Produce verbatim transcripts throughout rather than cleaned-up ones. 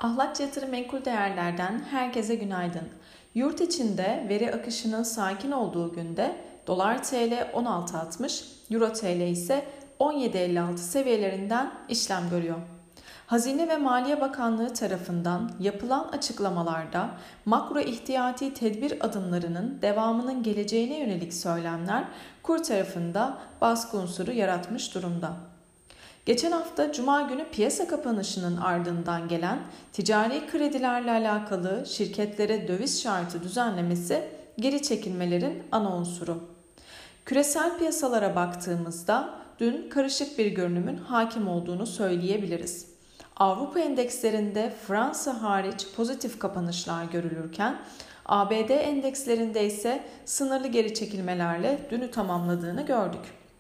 Ahlatçı Yatırım Menkul Değerler'den herkese günaydın. Yurt içinde veri akışının sakin olduğu günde dolar T L on altı altmış, euro T L ise on yedi elli altı seviyelerinden işlem görüyor. Hazine ve Maliye Bakanlığı tarafından yapılan açıklamalarda makro ihtiyati tedbir adımlarının devamının geleceğine yönelik söylemler kur tarafında baskı unsuru yaratmış durumda. Geçen hafta Cuma günü piyasa kapanışının ardından gelen ticari kredilerle alakalı şirketlere döviz şartı düzenlemesi geri çekilmelerin ana unsuru. Küresel piyasalara baktığımızda dün karışık bir görünümün hakim olduğunu söyleyebiliriz. Avrupa endekslerinde Fransa hariç pozitif kapanışlar görülürken A B D endekslerinde ise sınırlı geri çekilmelerle dünü tamamladığını gördük.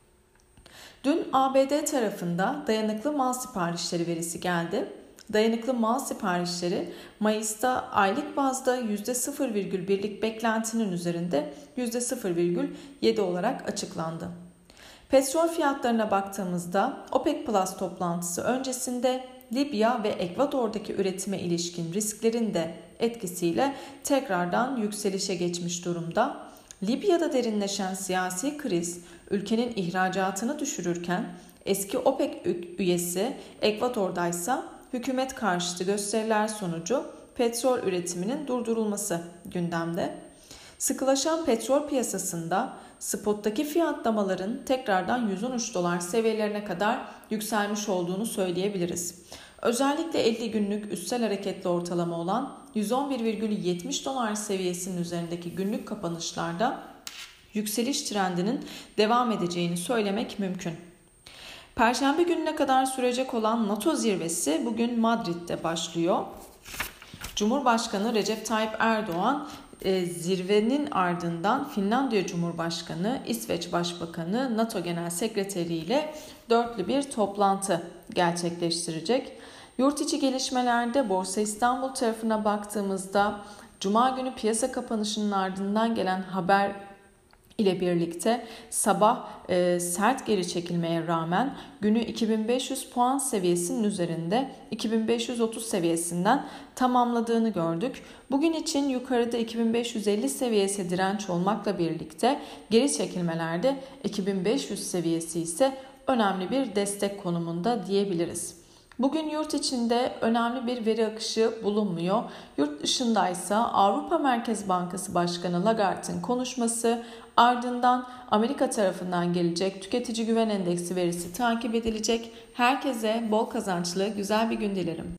Dün A B D tarafında dayanıklı mal siparişleri verisi geldi. Dayanıklı mal siparişleri Mayıs'ta aylık bazda yüzde sıfır virgül birlik beklentinin üzerinde yüzde sıfır virgül yedi olarak açıklandı. Petrol fiyatlarına baktığımızda OPEC Plus toplantısı öncesinde Libya ve Ekvador'daki üretime ilişkin risklerin de etkisiyle tekrardan yükselişe geçmiş durumda. Libya'da derinleşen siyasi kriz ülkenin ihracatını düşürürken eski OPEC üyesi Ekvador'daysa hükümet karşıtı gösteriler sonucu petrol üretiminin durdurulması gündemde. Sıkılaşan petrol piyasasında spottaki fiyatlamaların tekrardan yüz on üç dolar seviyelerine kadar yükselmiş olduğunu söyleyebiliriz. Özellikle elli günlük üstel hareketli ortalama olan yüz on bir virgül yetmiş dolar seviyesinin üzerindeki günlük kapanışlarda yükseliş trendinin devam edeceğini söylemek mümkün. Perşembe gününe kadar sürecek olan NATO zirvesi bugün Madrid'de başlıyor. Cumhurbaşkanı Recep Tayyip Erdoğan e, zirvenin ardından Finlandiya Cumhurbaşkanı, İsveç Başbakanı, NATO Genel Sekreteri ile dörtlü bir toplantı gerçekleştirecek. Yurt içi gelişmelerde Borsa İstanbul tarafına baktığımızda Cuma günü piyasa kapanışının ardından gelen haber ile birlikte sabah e, sert geri çekilmeye rağmen günü iki bin beş yüz puan seviyesinin üzerinde iki bin beş yüz otuz seviyesinden tamamladığını gördük. Bugün için yukarıda iki bin beş yüz elli seviyesi direnç olmakla birlikte geri çekilmelerde iki bin beş yüz seviyesi ise önemli bir destek konumunda diyebiliriz. Bugün yurt içinde önemli bir veri akışı bulunmuyor. Yurt dışındaysa Avrupa Merkez Bankası Başkanı Lagarde'ın konuşması, ardından Amerika tarafından gelecek tüketici güven endeksi verisi takip edilecek. Herkese bol kazançlı güzel bir gün dilerim.